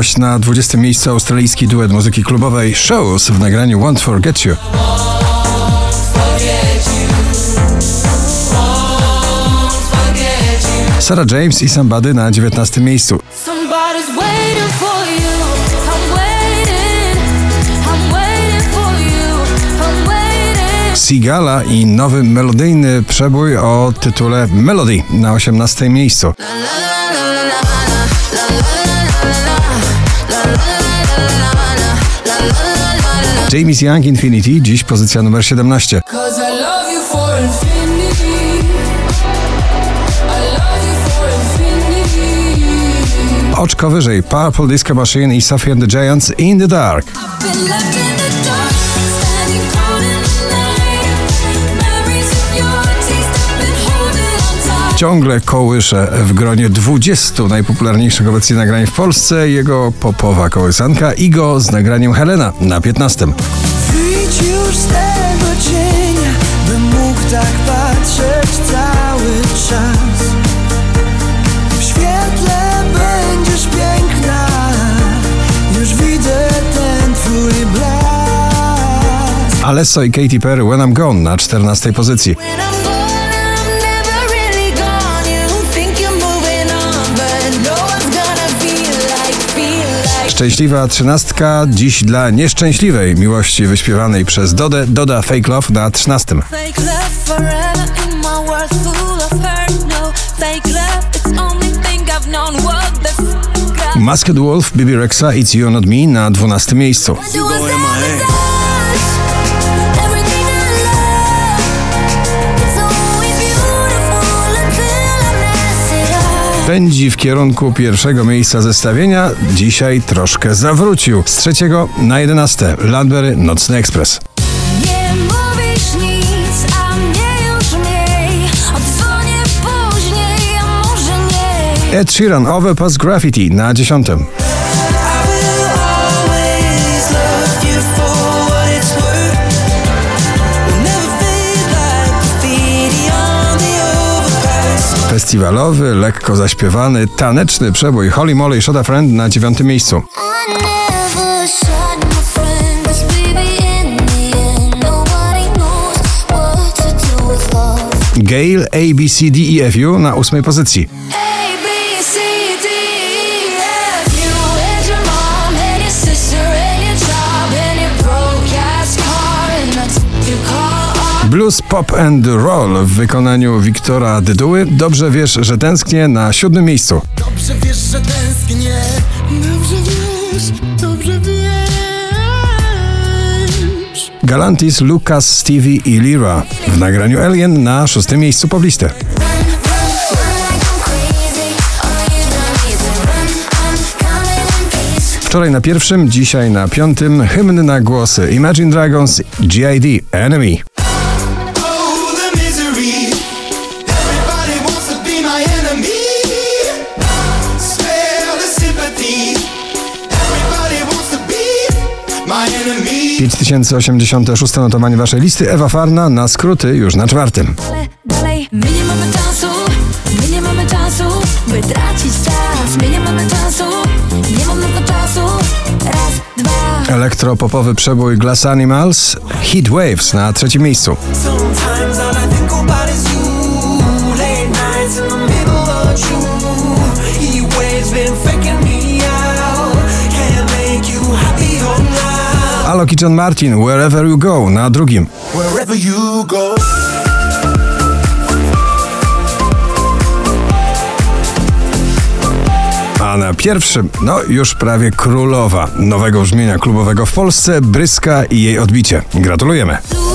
nowość na 20. miejscu, australijski duet muzyki klubowej Shows w nagraniu Won't Forget You. Sarah James i Somebody na 19. miejscu. Sigala i nowy melodyjny przebój o tytule Melody na 18. miejscu. James Young Infinity, dziś pozycja numer 17. Oczko wyżej Purple Disco Machine i Sophie and the Giants In the Dark. Ciągle kołysze w gronie 20 najpopularniejszych obecnie nagrań w Polsce jego popowa kołysanka Igo z nagraniem Helena na 15. Wyjdź już z tego cienia, bym mógł tak patrzeć cały czas. W świetle będziesz piękna, już widzę ten twój blask. Alesso i Katy Perry When I'm Gone na 14. pozycji. Szczęśliwa 13, dziś dla nieszczęśliwej miłości wyśpiewanej przez Dodę, Doda Fake Love na 13. Masked Wolf, Bebe Rexha, It's You Not Me na 12. miejscu. Pędzi w kierunku pierwszego miejsca zestawienia, dzisiaj troszkę zawrócił. Z 3. na 11. Landberry, Nocny Ekspres. Nie mówisz nic, a mnie już mniej. Odzwonię później, a może nie. Ed Sheeran, Overpass Graffiti na 10. Festiwalowy, lekko zaśpiewany, taneczny przebój Holy Moly Shot a Friend na 9. miejscu. Gayle, ABCDEFU na 8. pozycji. Blues, Pop and Roll w wykonaniu Wiktora Dyduły. Dobrze wiesz, że tęsknię na 7. miejscu. Dobrze wiesz, że tęsknię. Dobrze wiesz, dobrze wiesz. Galantis, Lucas, Stevie i Lyra w nagraniu Alien na 6. miejscu poblisty. Wczoraj na 1, dzisiaj na 5. hymny na głosy Imagine Dragons, G.I.D. Enemy. Enemy. 5086 notowanie waszej listy. Ewa Farna na skróty już na 4. Dalej, my nie mamy czasu, by tracić czas. My nie mamy czasu, nie mamy czasu. Raz, dwa. Elektropopowy przebój Glass Animals, Heat Waves na 3. miejscu. Alok i John Martin, Wherever You Go na 2. Wherever you go. A na 1, no już prawie królowa nowego brzmienia klubowego w Polsce, Bryska i jej odbicie. Gratulujemy.